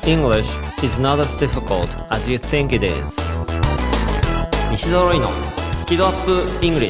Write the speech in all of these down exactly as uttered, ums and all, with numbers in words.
English is not as difficult as you think it is. 西澤ロイのスキドアップ English。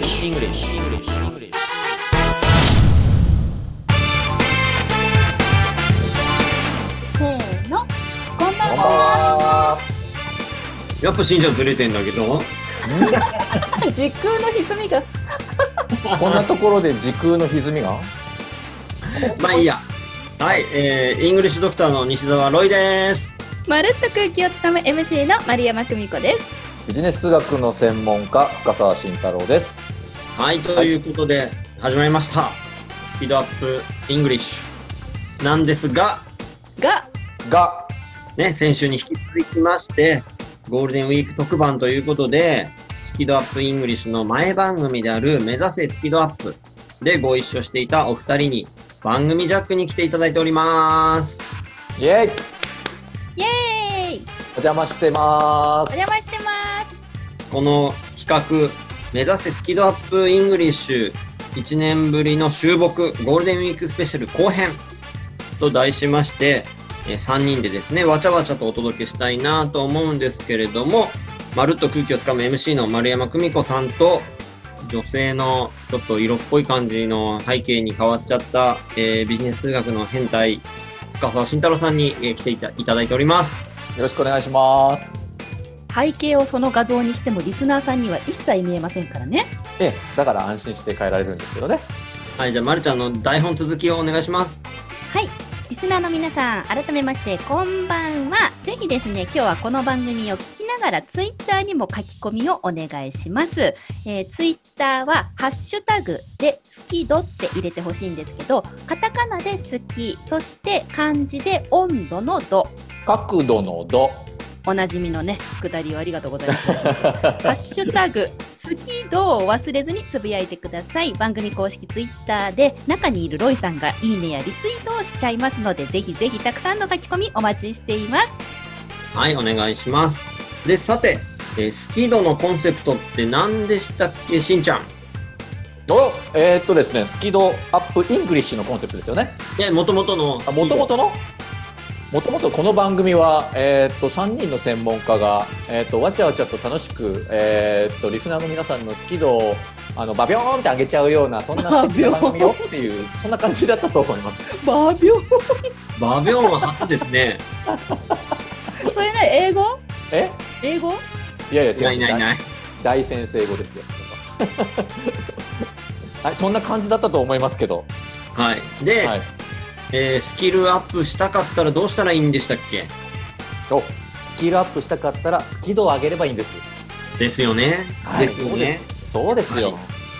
せーの、こんばんは。 やっぱしんちゃんずれてんだけど時空の歪みがこんなところで時空の歪みがまあいいや。はい、えー、イングリッシュドクターの西澤ロイです。 まるっと空気をつかむ エムシー の丸山久美子です。 ビジネス数学の専門家深澤慎太郎です。 はい、ということで始まりました、はい、スピードアップイングリッシュなんですがががね、先週に引き続きましてゴールデンウィーク特番ということでスピードアップイングリッシュの前番組である目指せスピードアップでご一緒していたお二人に番組ジャックに来ていただいております。 イエーイイエーイ、 お邪魔してまおす。 邪魔してます。 この企画目指せスキドアップイングリッシュいちねんぶりの週木ゴールデンウィークスペシャル後編と題しましてさんにんでですねわちゃわちゃとお届けしたいなと思うんですけれども、まるっと空気をつかむ エムシー の丸山久美子さんと女性のちょっと色っぽい感じの背景に変わっちゃった、えー、ビジネス数学の変態深澤慎太郎さんに、えー、来ていた、いただいております。 よろしくお願いします。 背景をその画像にしてもリスナーさんには一切見えませんからね。 ええ、だから安心して変えられるんですけどね。 はい、じゃあまるちゃんの台本続きをお願いします。 はい、リスナーの皆さん改めましてこんばんは。ぜひですね今日はこの番組を聞きながらツイッターにも書き込みをお願いします。えー、ツイッターはハッシュタグで好き度って入れてほしいんですけど、カタカナで好き、そして漢字で温度の度、 角度の度、 おなじみのねくだりをありがとうございますハッシュタグ好き度を忘れずにつぶやいてください。番組公式ツイッターで中にいるロイさんがいいねやリツイートをしちゃいますので、ぜひぜひたくさんの書き込みお待ちしています。 はい、お願いします。で、さて、えー、スキドのコンセプトって何でしたっけ、しんちゃん。 おえー、っとですねスキドアップイングリッシュのコンセプトですよね。 で、もともとのあ、もともとのもともとこの番組は、えー、っとさんにんの専門家が、えー、っとわちゃわちゃと楽しく、えー、っとリスナーの皆さんのスキドをあのバビョーンって上げちゃうようなそんな素敵な番組よっていうそんな感じだったと思います。 バビョンバビョンは初ですねそれね、英語え英語いやいや違う、 いないいないいない大先生語ですよはい、そんな感じだったと思いますけど、 はい。で、はい、えー、スキルアップしたかったらどうしたらいいんでしたっけ。 おスキルアップしたかったらスキドを上げればいいんです。 ですよね、 はい、 ですよね。 そうですよ、はい、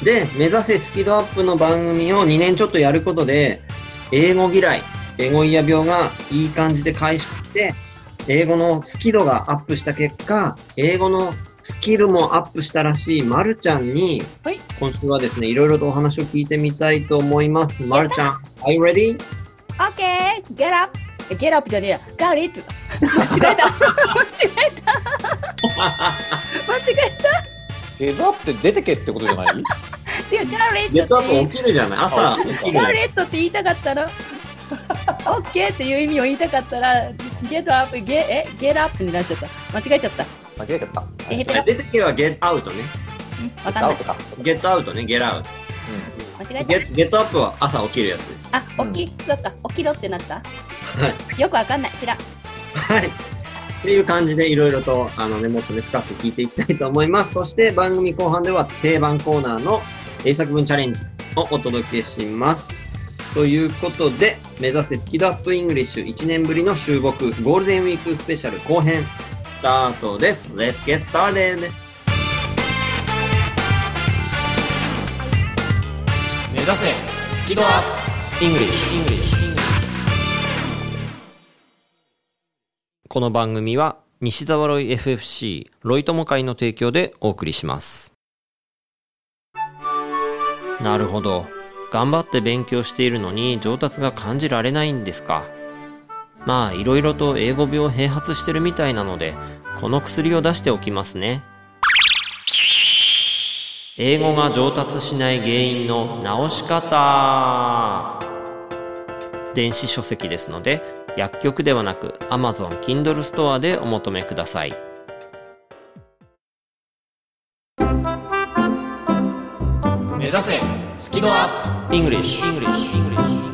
で、目指せスキドアップの番組をにねんちょっとやることで英語嫌い、英語嫌病がいい感じで回復して英語のスキルがアップした結果、英語のスキルもアップしたらしいまるちゃんに、はい、今週はですね、いろいろとお話を聞いてみたいと思います。まるちゃん、Are you ready? Okay, get up! Get up じゃねえや、got it! 間違えた間違えた間違えたゲットアップって出てけってことじゃない違う、 ガーレットゲットアップ起きるじゃない、朝起きる。 ガーレットって言いたかったのオッケーっていう意味を言いたかったらゲットアップ、ゲえゲットアップになっちゃった。間違えちゃった間違えちゃった、 えー、出てけはゲットアウトね。 わかんない。 ゲットアウトね、ゲットアウト。 間違えた。 ゲットアップは朝起きるやつです。 あ、起き、だった。起きろってなった。 はい。 よくわかんない。知らん。 はい。っていう感じでいろいろとあのねもっとね深く聞いていきたいと思います。そして番組後半では定番コーナーの英作文チャレンジをお届けします。ということで目指せスキドアップイングリッシュいちねんぶりの週木ゴールデンウィークスペシャル後編スタートです。Let's get started! 目指せスキドアップイングリッシュ。この番組は西澤ロイ エフエフシー ロイ友会の提供でお送りします。なるほど、頑張って勉強しているのに上達が感じられないんですか。まあいろいろと英語病併発してるみたいなのでこの薬を出しておきますね。英語が上達しない原因の直し方。 電子書籍ですので、薬局ではなく Amazon Kindle ストアでお求めください。 目指せスキドアップ English English English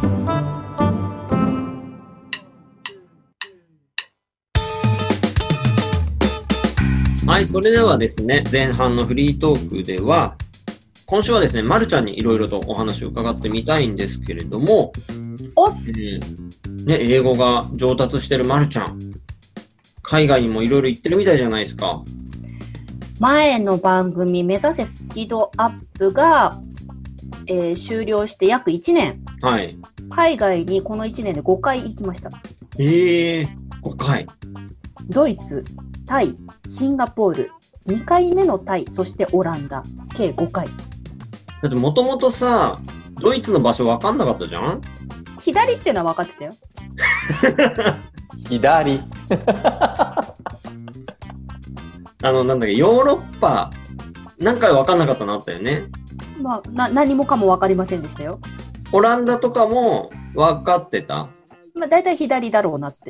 はい、それではですね、前半のフリートークでは、今週はですね、まるちゃんにいろいろとお話を伺ってみたいんですけれども、 おっえーね、英語が上達してるまるちゃん、海外にもいろいろ行ってるみたいじゃないですか。 前の番組目指せスキドアップが、えー終了して約いちねん。 はい。 海外にこのいちねんでごかい行きました。 ええー、ごかい。 ドイツ、タイ、シンガポール、にかいめのタイ、そしてオランダ、計ごかい。 だってもともとさ、ドイツの場所分かんなかったじゃん？ 左っていうのは分かってたよ。 左。 あの、なんだっけ、ヨーロッパ、何回分かんなかったのあったよね。 まあ、な何もかも分かりませんでしたよ。 オランダとかも分かってた。 まあ、大体左だろうなって。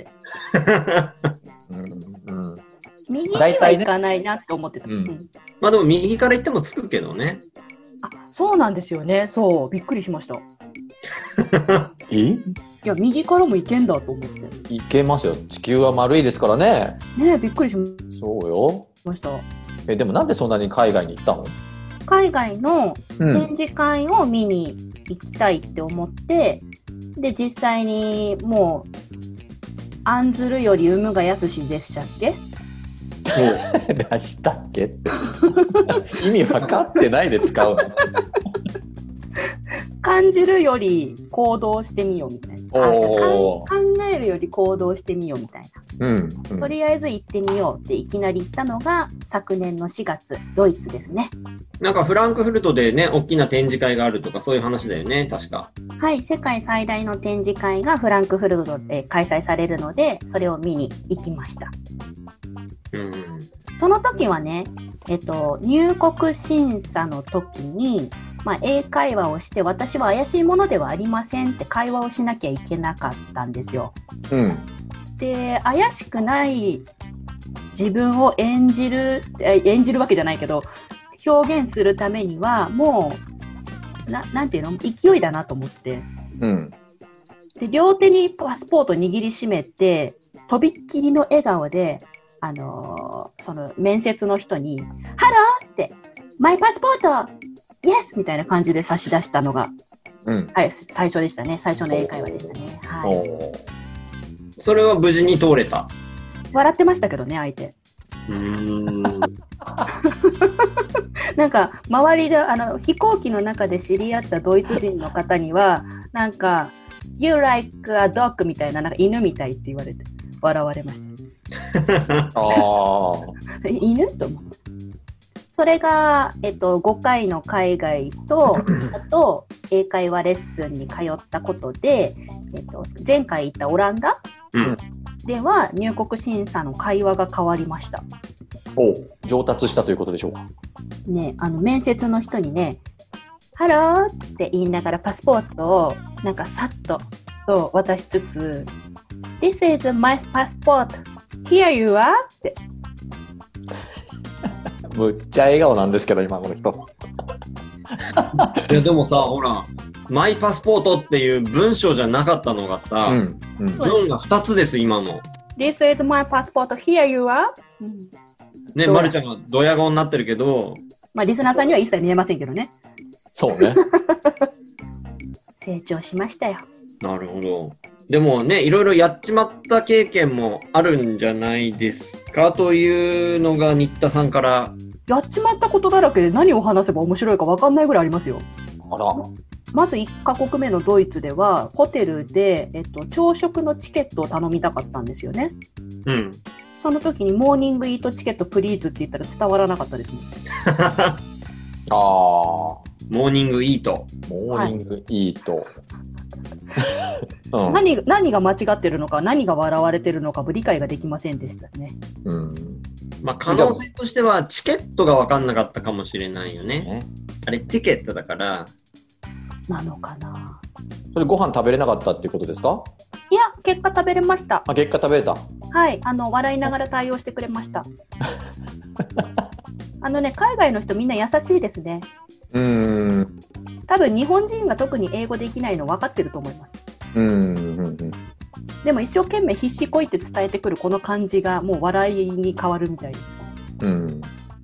うんうん、 右には行かないなって思ってた。 大体ねうんまあでも右から行ってもつくけどね。 あ、そうなんですよね。そう、びっくりしました。 えいや、右からも行けんだと思って。 いけますよ。地球は丸いですからね。 ねえ、びっくりしそうよ。 ました。 え、でもなんでそんなに海外に行ったの？ 海外のうん。 展示会を見に行きたいって思って、で、実際にもう、案ずるより産むが安しでしたっけ？ 出したっけって意味分かってないで使うの。 感じるより行動してみようみたいな。あ、じゃあおーかん考えるより行動してみようみたいな。 うん、うんとりあえず行ってみようっていきなり行ったのが昨年のしがつ、ドイツですね。 なんかフランクフルトでね、大きな展示会があるとかそういう話だよね、確か。 はい、世界最大の展示会がフランクフルトで開催されるので、それを見に行きました。 うん。 その時はね、えっと、入国審査の時に、まあ、英会話をして、私は怪しいものではありませんって会話をしなきゃいけなかったんですよ。 うん。 で、怪しくない自分を演じる、え演じるわけじゃないけど、表現するためには、もう、な、なんていうの、勢いだなと思って。 うん。 で、両手にパスポート握りしめて、とびっきりの笑顔で、あのーその面接の人に、ハローって、マイパスポートイエスみたいな感じで差し出したのが、 うん。 はい、最初でしたね。最初の英会話でしたね。はい。 おーそれは無事に通れた。 笑ってましたけどね、相手。 うーん。 なんか、周りで、あの、飛行機の中で知り合ったドイツ人の方には、なんか、You like a dog みたいな、なんか犬みたいって言われて、笑われました。 あ犬と思って。それが、えっと、ごかいの海外と、あと、英会話レッスンに通ったことで、えっと、前回行ったオランダ、 うんでは、入国審査の会話が変わりました。 おお、上達したということでしょうか。 ね、あの、面接の人にね、ハローって言いながらパスポートを、なんかさっと、そう、渡しつつ、This is my passport. Here you are って。 むっちゃ笑顔なんですけど、今この人。 いやでもさ、ほら、マイパスポートっていう文章じゃなかったのがさ、 うん。うん。 文がふたつです、今の。 This is my passport. Here you are. うんね、 そうまるちゃんがドヤ顔になってるけど、 まあ、リスナーさんには一切見えませんけどね。 そうね。 成長しましたよ。 なるほど。でもね、いろいろやっちまった経験もあるんじゃないですかというのが新田さんから。 やっちまったことだらけで何を話せば面白いか分かんないぐらいありますよ。 あら。 まずいっかこくめのドイツでは、ホテルで、えっと、朝食のチケットを頼みたかったんですよね。 うん。 その時にモーニングイートチケットプリーズって言ったら伝わらなかったですもん。 ああ。 モーニングイート。 モーニングイート。うん何何が間違ってるのか、何が笑われてるのかも理解ができませんでしたね。 うん。 まあ、可能性としてはチケットが分かんなかったかもしれないよね。 ね。 あれ、ティケットだから、 なのかな。 それご飯食べれなかったっていうことですか？ いや、結果食べれました。 あ、結果食べれた。 はい、あの笑いながら対応してくれました。あのね、海外の人みんな優しいですね。 うーん。 多分日本人が特に英語できないの分かってると思います。 うーん。うんうん。 でも一生懸命必死こいて伝えてくるこの感じがもう笑いに変わるみたいです。 うん。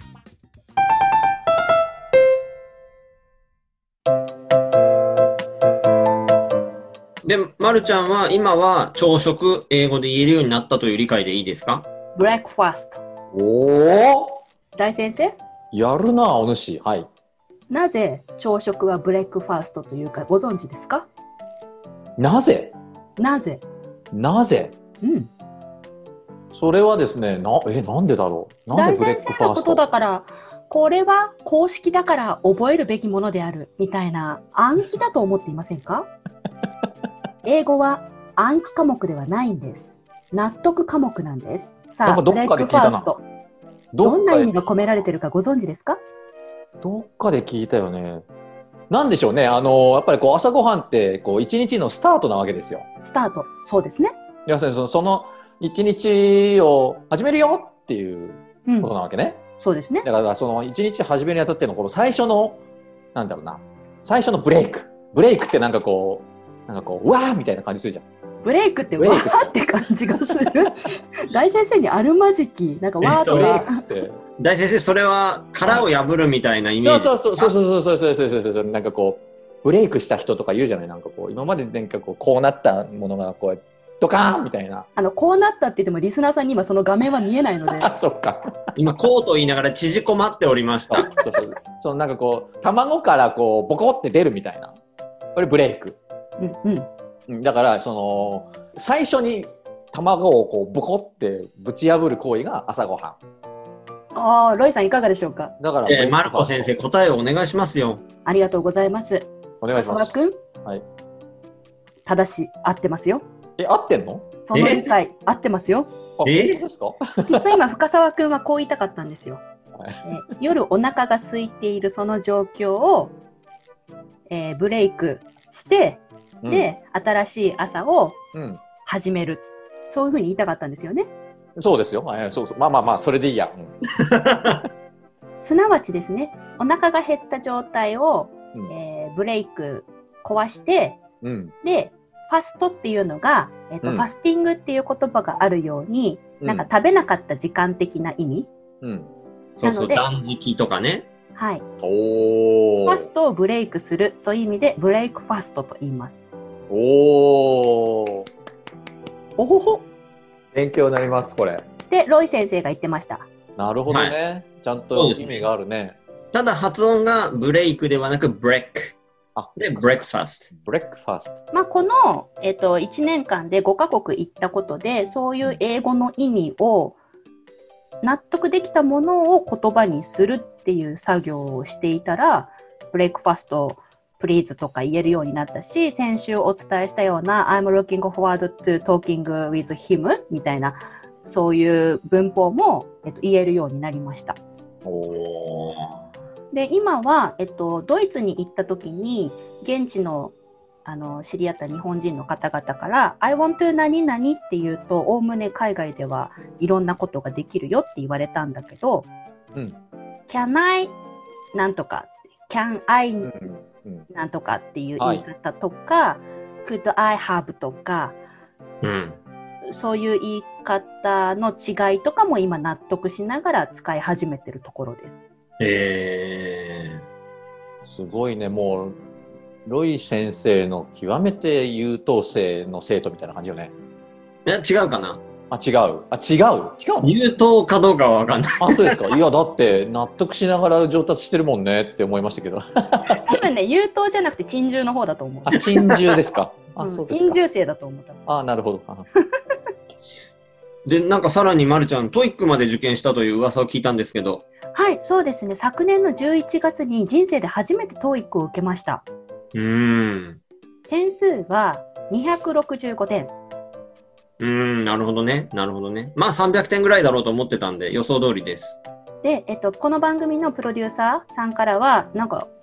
で、まるちゃんは今は朝食英語で言えるようになったという理解でいいですか？ ブレックファスト。 おお。 大先生、 やるな、お主。はい。 なぜ朝食はブレックファーストというかご存知ですか？ なぜなぜなぜうん。 それはですね、な、え、なんでだろう。なぜブレックファースト？ 大先生のことだから、これは公式だから覚えるべきものであるみたいな暗記だと思っていませんか？英語は暗記科目ではないんです。納得科目なんです。さあ、 なんかどっブレックかで聞いたなファースト。 どっかでどんな意味が込められているかご存知ですか？ どっかで聞いたよね。なんでしょうね。あの、やっぱりこう朝ごはんってこう一日のスタートなわけですよ。 スタート。そうですね。 要するにその、その一日を始めるよっていううんことなわけね。 そうですね。 だからその一日始めるにあたってのこの最初のなんだろうな、最初のブレイク。ブレイクってなんかこうなんかこううわーみたいな感じするじゃん。 ブレイクってブレイクわーって感じがする。大先生にあるまじきなんかわーとブレイか。 クって。 大先生、それは殻を破るみたいなイメージ。 そうそうそうそうそうそうそうそうそうそうなんかこうブレイクした人とか言うじゃない。なんかこう今までなんかこうこうなったものがこうドカーンみたいな。 あのこうなったって言ってもリスナーさんに今その画面は見えないので。 あ、そっか。 今こうと言いながら縮こまっておりましそうた。 そうそうそのなんかこう卵からこうボコって出るみたいな。これブレイク。 うんうん。 うんだからその最初に卵をこうボコってぶち破る行為が朝ごはん。 ああ、ロイさんいかがでしょうか？ だから、 えー、マルコ先生、答えをお願いしますよ。 ありがとうございます。 お願いします。 小川君、 はい。 正しい、合ってますよ。 え、合ってんの？ その理解、合ってますよ。 あ、 え本当ですか？ きっと今、深澤君はこう言いたかったんですよ。 はいえー夜お腹が空いているその状況を、えーブレイクして、で、新しい朝をうん、うん。 始める。そういうふうに言いたかったんですよね。 そうですよ。えーそうそう。まあまあまあ、それでいいや。うんすなわちですね、お腹が減った状態を、 うんえーブレイク壊して、 うん。 で、ファストっていうのが、えっとうんファスティングっていう言葉があるように、なんか食べなかった時間的な意味、 うん。 そうそう、 なので断食とかね。 はい、 おー。 ファストをブレイクするという意味でブレイクファストと言います。 おー。 おほほ勉強になります、これ。 で、ロイ先生が言ってました。 なるほどね。ちゃんそうとですね意味があるね。 ただ発音がブレイクではなくブレイク。 あ、 で、ブレックファスト。 ブレックファースト。 まあ、この、えっと、いちねんかんでごカ国行ったことで、そういう英語の意味を納得できたものを言葉にするっていう作業をしていたら、ブレイクファスト、プリーズとか言えるようになったし、先週お伝えしたような I'm looking forward to talking with him みたいな、そういう文法も、えっと、言えるようになりました。 おー。 で、今は、えっと、ドイツに行った時に、現地の、あの、知り合った日本人の方々から、I want to 何々って言うと、おおむね海外ではいろんなことができるよって言われたんだけど、 うん can I なんとか、can I うんうんなんとかっていう言い方とか、could I have とか、 うん。 そういう言い方の違いとかも今納得しながら使い始めてるところです。 えすごいね。もう、ロイ先生の極めて優等生の生徒みたいな感じよね。 ー。いや、違うかな。 あ、違う。あ、違う。違うの？ 優等かどうかはわかんない。 あ、そうですか。いや、だって納得しながら上達してるもんねって思いましたけど。 多分ね、優等じゃなくて珍獣の方だと思う。 あ、珍獣ですか。あ、 うんそうですか。 珍獣生だと思った。 あ、なるほど。あで、なんかさらにまるちゃん、トイックまで受験したという噂を聞いたんですけど。 はい、そうですね。昨年のじゅういちがつに人生で初めて トーイック を受けました。 うーん。 点数はにひゃくろくじゅうごてん。 うーん、なるほどね。なるほどね。まあさんびゃくてんぐらいだろうと思ってたんで、予想通りです。 で、えっと、この番組のプロデューサーさんからは、なんか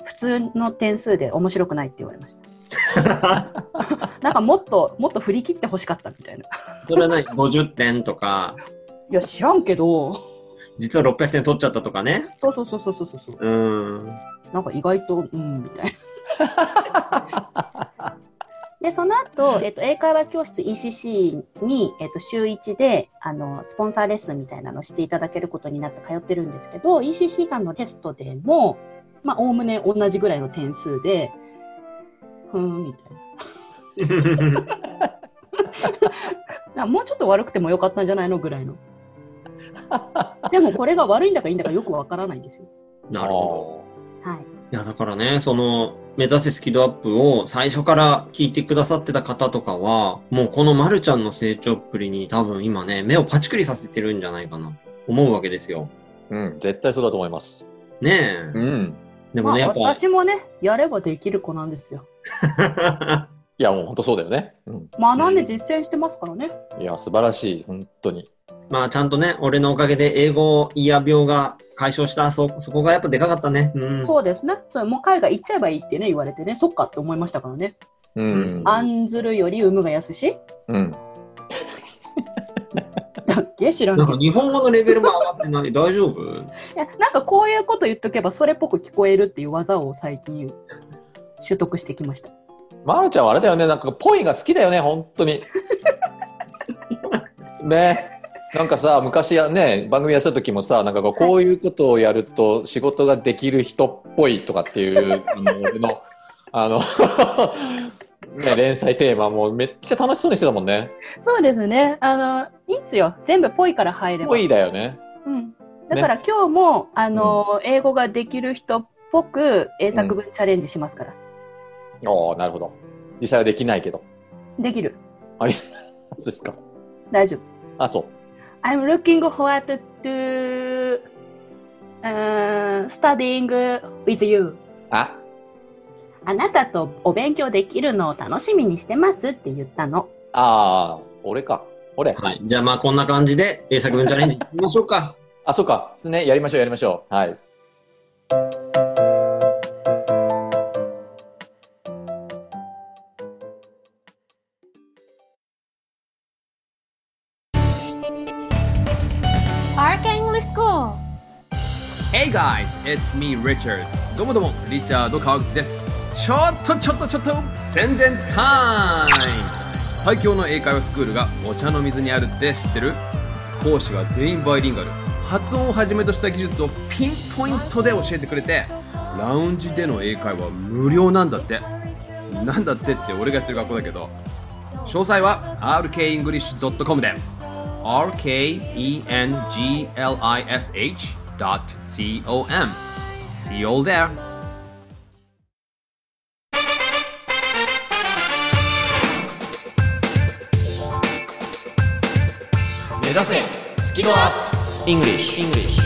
普通の点数で面白くないって言われました。なんかもっともっと振り切ってほしかったみたいな。 それは何ごじゅってんとか。 いや知らんけど。 実はろっぴゃくてん取っちゃったとかね。 そうそうそうそうそうそう。 うん。 なんか意外とうんみたいな。でその後、えっと、英会話教室 イーシーシー に、えっと、週いちであのスポンサーレッスンみたいなのをしていただけることになって通ってるんですけど、 イーシーシー さんのテストでもまあおおむね同じぐらいの点数でふーんみたいなもうちょっと悪くてもよかったんじゃないのぐらいの。でもこれが悪いんだかいいんだかよくわからないんですよ。 なるほど。はい。 いやだからね、その目指せスキドアップを最初から聞いてくださってた方とかは、もうこのまるちゃんの成長っぷりに多分今ね、目をパチクリさせてるんじゃないかな思うわけですよ。 うん、絶対そうだと思います。 ねえ。 うん。 でもね、 まあ、 やっぱ私もね、やればできる子なんですよ。 いやもう本当そうだよね。うん、 学んで実践してますからね。 いや素晴らしい、本当に。 まあちゃんとね、俺のおかげで英語イヤ病が解消した。そ、そこがやっぱでかかったね。うん、 そうですね。もう海外行っちゃえばいいってね言われてね、そっかって思いましたからね。 うん。 案ずるより産むが安し。 うん。 だっけ知らんけど。 なんか日本語のレベルも上がってない。大丈夫？ いやなんかこういうこと言っとけばそれっぽく聞こえるっていう技を最近習得してきました。 まるちゃんはあれだよね、なんかポイが好きだよね、本当に。ね。なんかさ、昔やね、番組やってた時もさ、なんかこういうことをやると仕事ができる人っぽいとかっていうあの俺のあの、ね、連載テーマもめっちゃ楽しそうにしてたもんね。 そうですね。あのいいっすよ。全部ぽいから入れば。 ぽいだよね。 うん。だから、ね、今日もあの、うん、英語ができる人っぽく英作文チャレンジしますから。 うん、おー、なるほど。実際はできないけど。 できる。 あれ、そうですか。 大丈夫。 あ、そう。 I'm looking forward to、uh, studying with you. ああなたとお勉強できるのを楽しみにしてますって言ったの。 ああ、俺か。俺。 はい。じゃあまあこんな感じで英作文チャレンジいきましょうか。 あ、そうか。ですね。やりましょうやりましょう。はい。 Hey guys, it's me, Richard. どうもどうも、リチャード川口です。ちょっとちょっとちょっと宣伝タイム。最強の英会話スクールがお茶の水にあるって知ってる？講師は全員バイリンガル。発音をはじめとした技術をピンポイントで教えてくれて、ラウンジでの英会話無料なんだって。なんだってって俺がやってる学校だけど、詳細は アールケーイングリッシュドットコム で アールケーイーエヌジーエルアイエスエイチドットコム See you all there. 目指せスキドアップ English English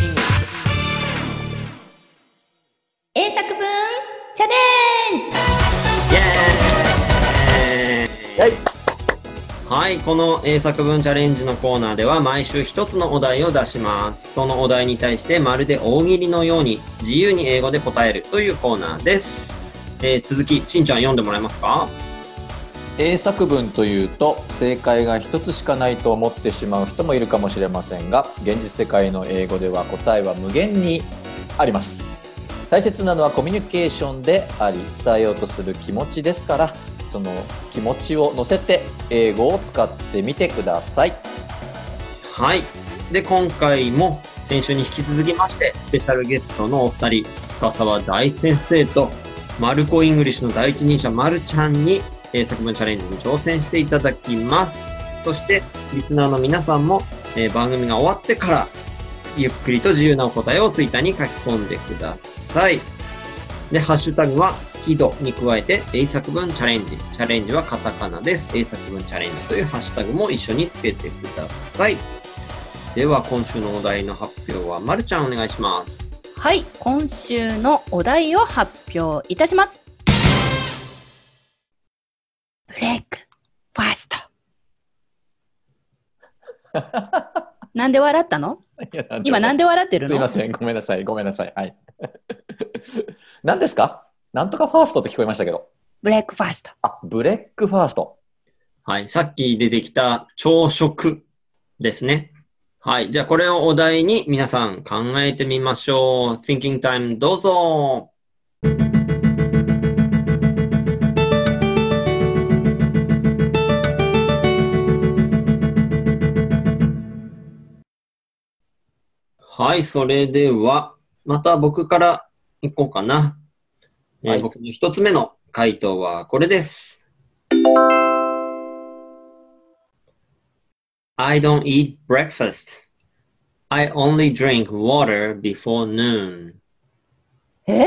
英作文チャレンジ。 イエーイ。はい、この英作文チャレンジのコーナーでは毎週一つのお題を出します。そのお題に対してまるで大喜利のように自由に英語で答えるというコーナーです。えー、続き、しんちゃん読んでもらえますか？ 英作文というと正解が一つしかないと思ってしまう人もいるかもしれませんが、現実世界の英語では答えは無限にあります。大切なのはコミュニケーションであり、伝えようとする気持ちですから、その気持ちを乗せて英語を使ってみてください。 はい。で、今回も先週に引き続きましてスペシャルゲストのお二人、深澤大先生とマルコイングリッシュの第一人者まるちゃんに英作文チャレンジに挑戦していただきます。そしてリスナーの皆さんも、えー、番組が終わってからゆっくりと自由なお答えをツイッターに書き込んでください。で、ハッシュタグはスキドに加えて英作文チャレンジ。チャレンジはカタカナです。英作文チャレンジというハッシュタグも一緒につけてください。では今週のお題の発表はまるちゃんお願いします。 はい、今週のお題を発表いたします。ブレイクファースト。なんで笑ったの？今なんで笑ってるの？ すいません、ごめんなさい、ごめんなさい。はい。何ですか？ なんとかファーストって聞こえましたけど。 ブレックファースト。 あ、ブレックファースト。 はい。さっき出てきた朝食ですね。はい。じゃあこれをお題に皆さん考えてみましょう。Thinking time どうぞ。はい。それでは、また僕から行こうかな。えーはい僕の一つ目の回答はこれです。I don't eat breakfast. I only drink water before noon. え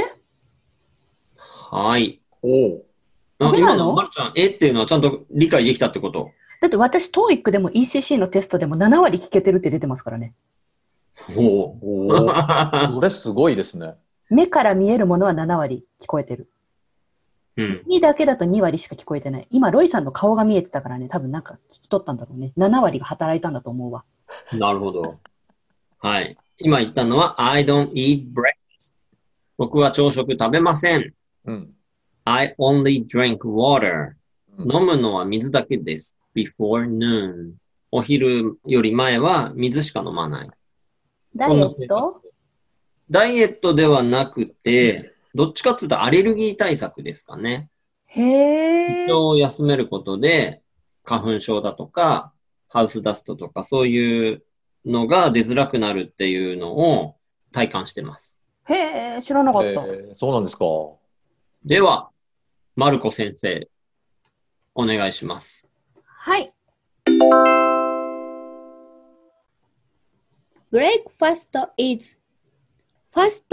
はい。 おう。 あダメなの今のまるちゃん、えっていうのはちゃんと理解できたってこと？ だって私、トーイック でも イーシーシー のテストでもなな割聞けてるって出てますからね。 おおお。 ーそれすごいですね。 目から見えるものはなな割聞こえてる。 うん。 耳だけだとに割しか聞こえてない。今、ロイさんの顔が見えてたからね、多分なんか聞き取ったんだろうね。なな割が働いたんだと思うわ。 なるほど。はい。今言ったのは I don't eat breakfast. 僕は朝食食べません。 うん。 I only drink water. うん飲むのは水だけです。Before noon. お昼より前は水しか飲まない。 ダイエッそんな生活トダイエットではなくて、どっちかっていうとアレルギー対策ですかね。 へー。 胃を休めることで、花粉症だとか、ハウスダストとか、そういうのが出づらくなるっていうのを体感してます。 へー、知らなかった。 えーそうなんですか。 では、マルコ先生、お願いします。 はい。Breakfast is first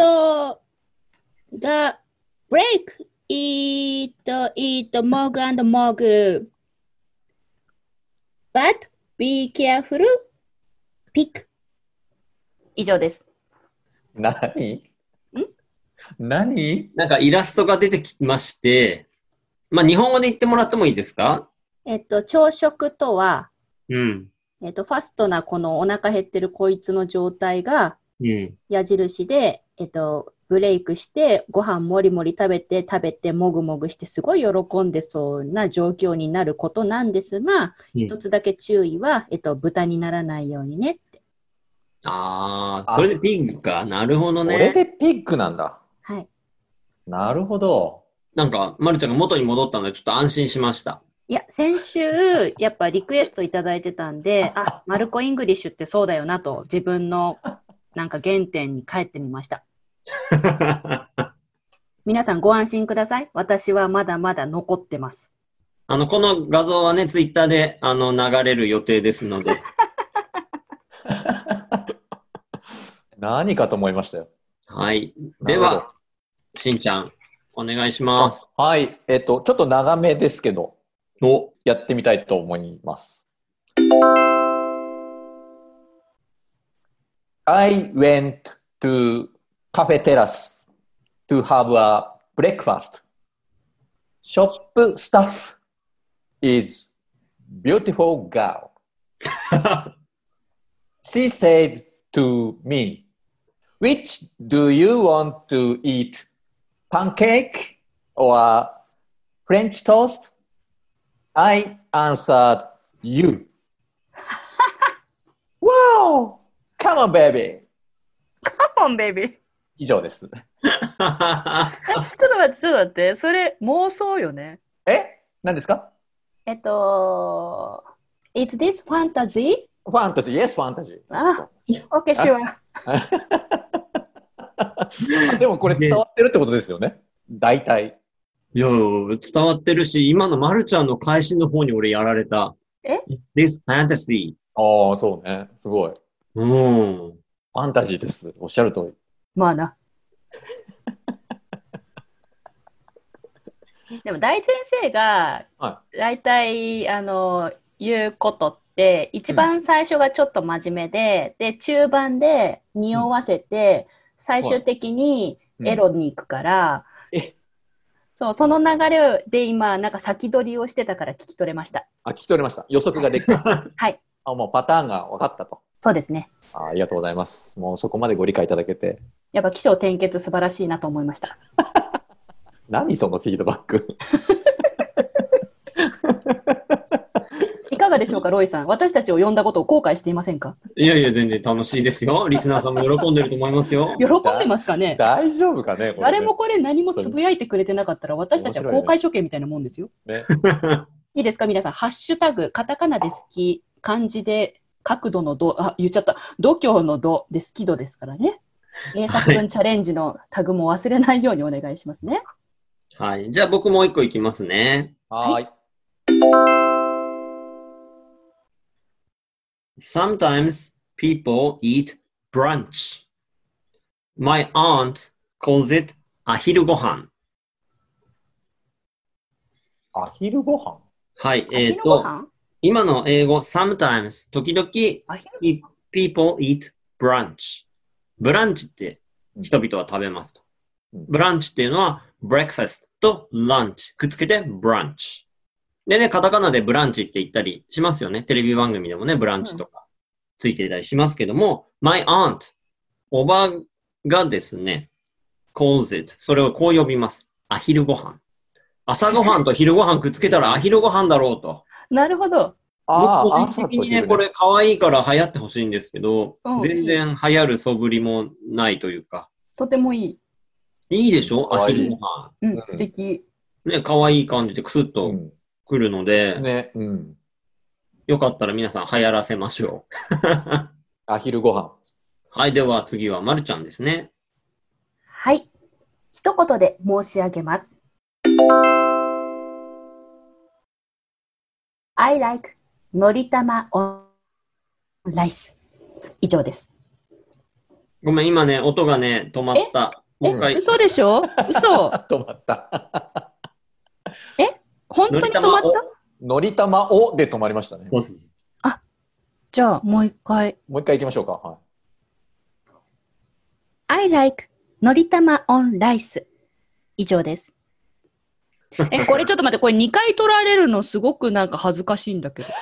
が break, eat, eat, mug and mug. But be careful, pick. 以上です。 何ん何なんかイラストが出てきまして、まあ日本語で言ってもらってもいいですか？ えっと、朝食とは、 うん。 えっと、ファストなこのお腹減ってるこいつの状態がうん。 矢印で、えっと、ブレイクしてご飯もりもり食べて食べてもぐもぐしてすごい喜んでそうな状況になることなんですが、 うん一つだけ注意は、えっと、豚にならないようにねって。 ああ、それでピングか。なるほどこれね。 でピッグなんだ。 はい。 なるほど。 なんか、まるちゃんが元に戻ったのでちょっと安心しました。 いや、先週、やっぱリクエストいただいてたんで、あ、マルコ・イングリッシュってそうだよなと、自分のなんか原点に帰ってみました。皆さんご安心ください。私はまだまだ残ってます。 あの、この画像はね、ツイッターで、あの、流れる予定ですので。 何かと思いましたよ。 はい。 なるほどでは、しんちゃん、お願いします。 はい。えっと、ちょっと長めですけど、 お、 やってみたいと思います。I went to Cafe Terrace to have a breakfast. Shop staff is beautiful girl. She said to me, which do you want to eat? Pancake or French toast? I answered you. Wow! Come on, baby! Come on, baby! 以上です。 ちょっと待って、ちょっと待って。それ、妄想よね。 え何ですかえっと、Is this fantasy? ファンタジー、Yes, ファンタジー。 あ Okay, sure. でもこれ伝わってるってことですよね。大体。 いや、伝わってるし、今のまるちゃんの返しの方に俺やられた。 え ?This fantasy. ああ、そうね。すごい。 うん。 ファンタジーです。おっしゃる通り。 まあな。でも大先生がは大体あの言うことって一番最初がちょっと真面目で、で中盤で匂わせて、最終的にエロに行くから、 えそうその流れで今なんか先取りをしてたから聞き取れました。 あ、聞き取れました。予測ができた。 はい。 あ、もうパターンが分かったと。 そうですね。 あ、ありがとうございます。もうそこまでご理解いただけて。 やっぱ起承転結素晴らしいなと思いました。 何そのフィードバック。 いかがでしょうか、ロイさん。私たちを呼んだことを後悔していませんか？ いやいや、全然楽しいですよ。リスナーさんも喜んでると思いますよ。 喜んでますかね？ 大丈夫かね、これね。 誰もこれ何もつぶやいてくれてなかったら、私たちは公開処刑みたいなもんですよ。 ね、 いいですか、皆さん。ハッシュタグ、カタカナで好き、漢字で角度の度、あ、言っちゃった。度胸の度で好き度ですからね。英作文チャレンジのタグも忘れないようにお願いしますね。 はい。じゃあ僕もう一個いきますね。 はーい。 Sometimes people eat brunch. My aunt calls it アヒルご飯。 アヒルご飯。 はい。えっ、 昼ごと、 飯今の英語、sometimes、時々、 アヒル people eat brunch。ブランチって人々は食べますと。 うんブランチっていうのは、breakfast と lunch くっつけて brunch。でね、カタカナでブランチって言ったりしますよね。テレビ番組でもね、ブランチとかついていたりしますけども、my aunt、おばがですね、calls it、それをこう呼びます。アヒルご飯。朝ごはんと昼ごはんくっつけたらアヒルご飯だろうと。 なるほど。 ああ、 僕個朝と人的にね、 昼これ可愛いから流行ってほしいんですけど、 うん全然流行る素振りもないというか。 とてもいい。 いいでしょア可愛いヒルご飯。 うん、 うん素敵。 ね、可愛い感じでクスッうとん。 くるので、 ね、うん。 よかったら皆さん流行らせましょう。 アヒルご飯。 はい、では次はまるちゃんですね。 はい。一言で申し上げます。I like のりたま on rice。以上です。 ごめん、今ね、音がね、止まった。もうえ、 一回。 嘘でしょ嘘。 止まった。 本当に止まった？ のりたまおで止まりましたね。 そうですじゃあ、もう一回。 もう一回行きましょうか。はい。 I like のりたま on rice。以上です。え、これちょっと待って、これにかい取られるのすごくなんか恥ずかしいんだけど。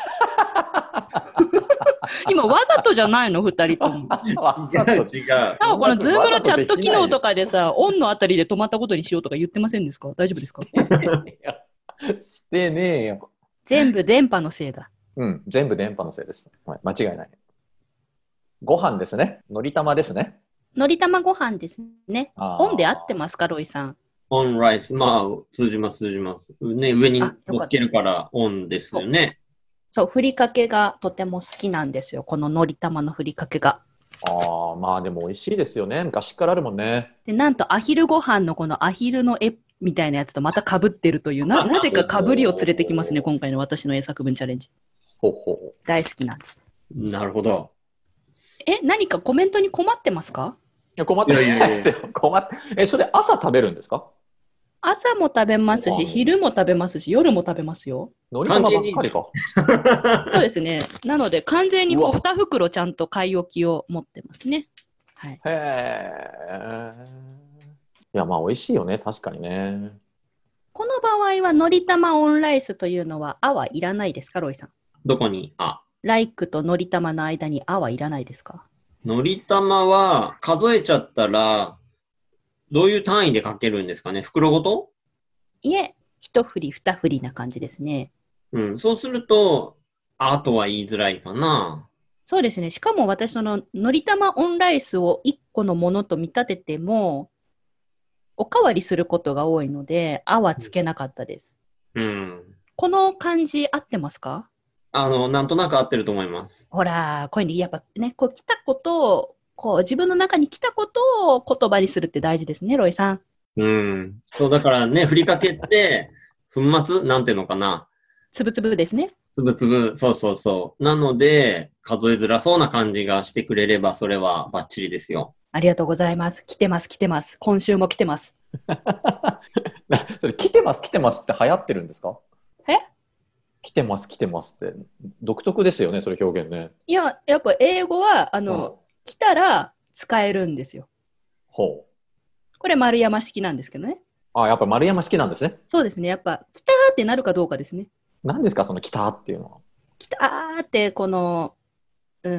今わざとじゃないのふたりとも。 違う違う。 なんかこのズームのチャット機能とかでさ、オンのあたりで止まったことにしようとか言ってませんですか？大丈夫ですか？ してねえよ。 全部電波のせいだ。 うん、全部電波のせいです。はい、間違いない。ご飯ですね。のりたまですね。 のりたまご飯ですね。 あーオンで合ってますか、ロイさん？ オンライス。まあ、通じます、通じます。ね、上にあよかった乗っけるからオンですよね。 そう、ふりかけがとても好きなんですよ。こののりたまのふりかけが。 ああ、まあでも美味しいですよね。昔からあるもんね。 で、なんとアヒルご飯のこのアヒルの絵みたいなやつとまた被ってるという、ななぜか被りを連れてきますね、今回の私の英作文チャレンジ。 ほうほ大好きなんです。 なるほど。 え、何かコメントに困ってますか？ う。いや困ってないですよ。困って。え、それ朝食べるんですか？ 朝も食べますし、昼も食べますし、夜も食べますよ。 のりたまばっかりか。 そうですね。なので、完全にこううわに袋ちゃんと買い置きを持ってますね。はい。 へえ。いや、まあ美味しいよね。確かにね。 この場合は、のりたまオンライスというのは、あはいらないですか、ロイさん？ どこにあ、 ライクとのりたまの間にあはいらないですか？ のりたまは数えちゃったら、どういう単位でかけるんですかね？袋ごと？ いえ、一振り二振りな感じですね。 うん。そうすると、あとは言いづらいかな。 そうですね。しかも私、その、のりたまオンライスを一個のものと見立てても、おかわりすることが多いので、あはつけなかったです。 うん。 この漢字合ってますか？ あの、なんとなく合ってると思います。 ほら、こういうにやっぱね、こう来たことを、こう自分の中に来たことを言葉にするって大事ですね、ロイさん。 うん。そう、だからね、ふりかけって、粉末なんていうのかな。 つぶつぶですね。 つぶつぶ、そうそうそう。なので、数えづらそうな感じがしてくれれば、それはバッチリですよ。 ありがとうございます。来てます、来てます。今週も来てます。 なそれ来てます来てますって流行ってるんですか？ え来てます来てますって独特ですよね、それ表現ね。 いや、やっぱ英語は、あの、 うん来たら使えるんですよ。 ほう。 これ丸山式なんですけどね。 あ、やっぱ丸山式なんですね。 そうですね。やっぱ、来たーってなるかどうかですね。 何ですかその来たっていうのは。 来たーって、この、うん。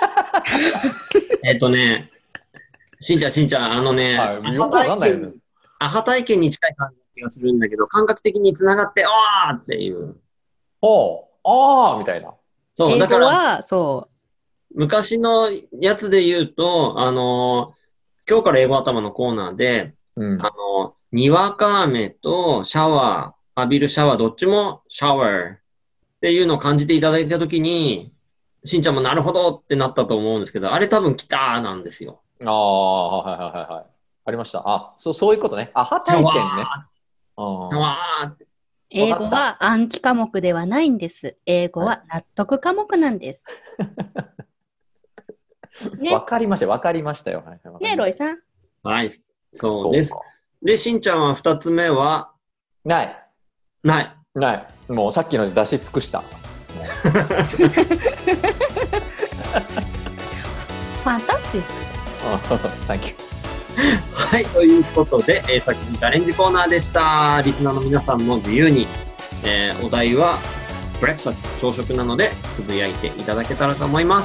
えっとね、しんちゃん、しんちゃん、あのね、 はいよくわかんないよねアハ体験に近い感じがするんだけど、感覚的につながって、あーっていう。 おー、あーみたいな。 そう、 英だから、 語は、そ昔のやつで言うと、あのー今日から英語頭のコーナーで、 うん。 あのーにわか雨とシャワー、浴びるシャワー、どっちもシャワーっていうのを感じていただいたときに、しんちゃんもなるほどってなったと思うんですけど、あれ多分来たーなんですよ。 ああ、はいはいはいはい。ありました。あ、そう、そういうことね。アハシャワ体験ね。 ー、 あシャーワーって。 う。英語は暗記科目ではないんです。英語は納得科目なんです。ねわかりましたよ。わかりましたよ。はい、わかりましたね、ロイさん。 はい、そうですそう。かで、しんちゃんは二つ目は、 ない。 ない。 ない。もうさっきので出し尽くした。 ファンタスティック。 サンキュー。 はい、ということで、えー、先にチャレンジコーナーでした。リスナーの皆さんも自由に、えー、お題は、ブレックファスト、朝食なので、つぶやいていただけたらと思います。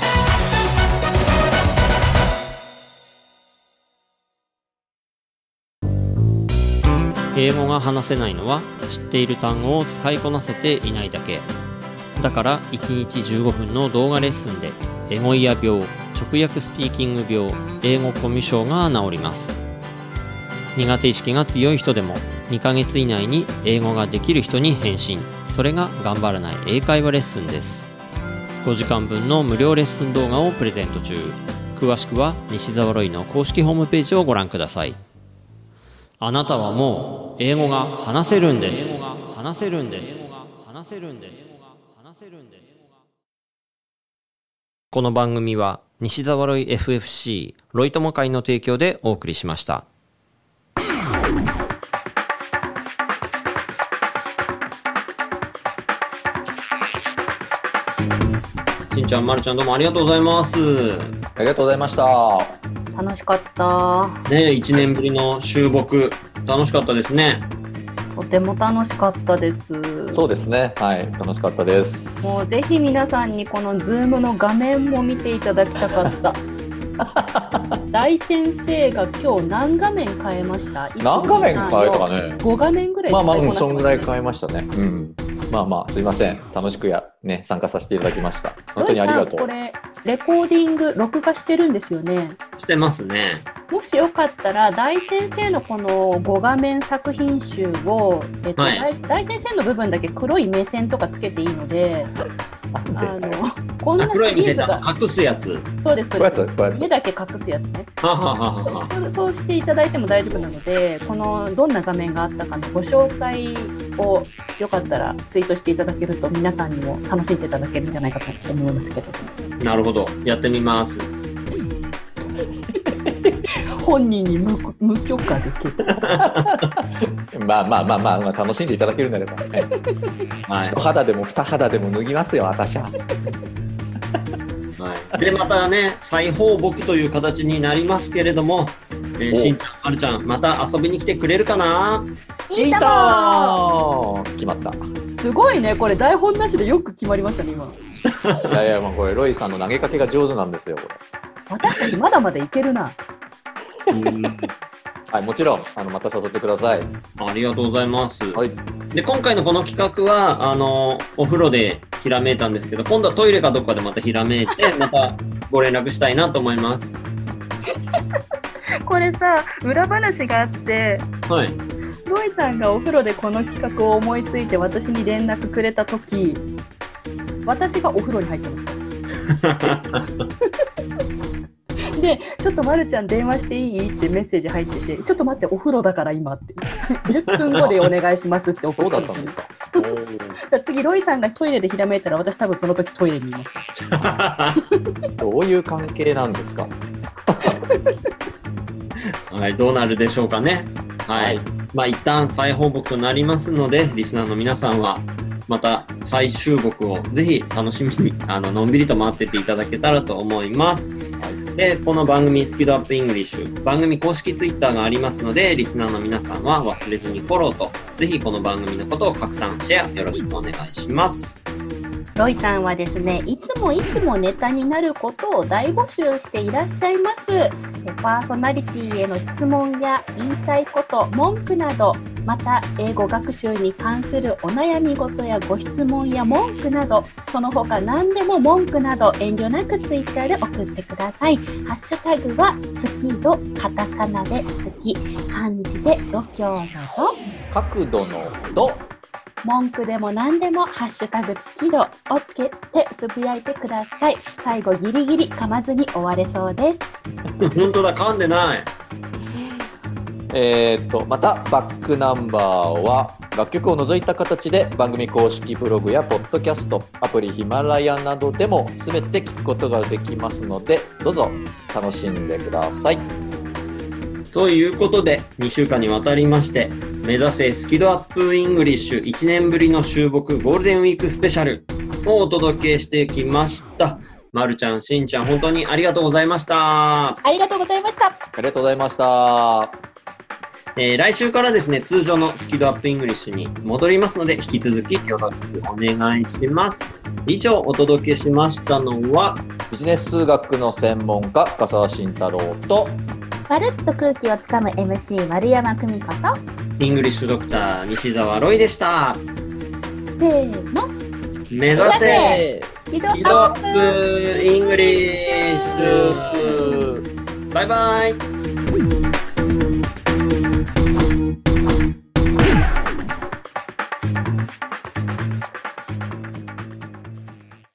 英語が話せないのは知っている単語を使いこなせていないだけ。だからいちにちじゅうごふんの動画レッスンでエゴイヤ病、直訳スピーキング病、英語コミュ障が治ります。苦手意識が強い人でもにかげつ以内に英語ができる人に変身。それが頑張らない英会話レッスンです。ごじかんぶんの無料レッスン動画をプレゼント中。詳しくは西澤ロイの公式ホームページをご覧ください。あなたはもう英語が話せるんです。話せるんです。話せるんです。話せるんです。この番組は西澤ロイ エフエフシー ロイ友会の提供でお送りしました。 しんちゃん、まるちゃん、どうもありがとうございます。 ありがとうございました。 楽しかった。 ね、いちねんぶりの収録、楽しかったですね。 とても楽しかったです。 そうですね。はい。楽しかったです。 もうぜひ皆さんにこのズームの画面も見ていただきたかった。大先生が今日何画面変えました？ 何画面変えたかね。 ご画面ぐらい。 まあまあ、うん、そんぐらい変えましたね。うん。まあまあ、すいません。楽しくや、ね、参加させていただきました。本当にありがとう。 これ、レコーディング、録画してるんですよね。 してますね。 もしよかったら、大先生のこのご画面作品集を、えっと、はい、大, 大先生の部分だけ黒い目線とかつけていいので、あのこんなシリーズが隠すやつ。 そうですそうです。目だけ隠すやつね。ははははそう、そうしていただいても大丈夫なので、このどんな画面があったかのご紹介をよかったらツイートしていただけると皆さんにも楽しんでいただけるんじゃないかと思いますけど。 なるほど、やってみます。 本人に 無, 無許可でけまあまあまあまあ、まあ、楽しんでいただけるならば、ね、はい、一肌でも二肌でも脱ぎますよ私は。 はい、でまたね再放牧という形になりますけれども、えー、しんちゃん、まるちゃんまた遊びに来てくれるかな？ いいとも決まった。 すごいね、これ台本なしでよく決まりましたね今。 いやいや、まあこれロイさんの投げかけが上手なんですよこれ。 私たちまだまだいけるな。 はい、もちろんあのまた誘ってください。 ありがとうございます。 はい、 で今回のこの企画はあのお風呂でひらめいたんですけど、今度はトイレかどっかでまたひらめいてまたご連絡したいなと思います。 これさ、裏話があって、 はい、 ロイさんがお風呂でこの企画を思いついて私に連絡くれたとき、私がお風呂に入ってました。で、ちょっとまるちゃん電話していいってメッセージ入ってて、ちょっと待ってお風呂だから今ってじゅっぷんごでお願いしますって送って。 そうだったんですか。 次ロイさんがトイレでひらめいたら私多分その時トイレにいました。 どういう関係なんですか。 はい、どうなるでしょうかね。はい、はい、まあ一旦再放牧となりますので、リスナーの皆さんはまた再集合をぜひ楽しみにあののんびりと待ってていただけたらと思います。はい、でこの番組スキドアップイングリッシュ番組公式ツイッターがありますので、リスナーの皆さんは忘れずにフォローと、ぜひこの番組のことを拡散シェアよろしくお願いします。 ロイさんはですね、いつもいつもネタになることを大募集していらっしゃいます。えパーソナリティへの質問や言いたいこと、文句など、また英語学習に関するお悩み事やご質問や文句など、その他何でも文句など遠慮なくツイッターで送ってください。ハッシュタグはスキド、カタカナで好き、漢字で度胸の度、 角度の度。 文句でも何でもハッシュタグスキドをつけてつぶやいてください。最後ギリギリ噛まずに終われそうです。 本当だ、噛んでない。 えー、とまたバックナンバーは楽曲を除いた形で番組公式ブログやポッドキャスト、アプリヒマラヤなどでも全て聞くことができますので、どうぞ楽しんでください。 ということで、にしゅうかんにわたりまして目指せスキドアップイングリッシュいちねんぶりの週木ゴールデンウィークスペシャルをお届けしてきました。まるちゃん、しんちゃん、本当にありがとうございました。 ありがとうございました。 ありがとうございました。 えー、来週からですね、通常のスキドアップイングリッシュに戻りますので、引き続きよろしくお願いします。以上、お届けしましたのは、 ビジネス数学の専門家、深澤慎太郎と、 まるっと空気をつかむ エムシー 丸山久美子と、 イングリッシュドクター西澤ロイでした。 せーの、 目指せスキスキドアップイングリッシュ。バイバイ。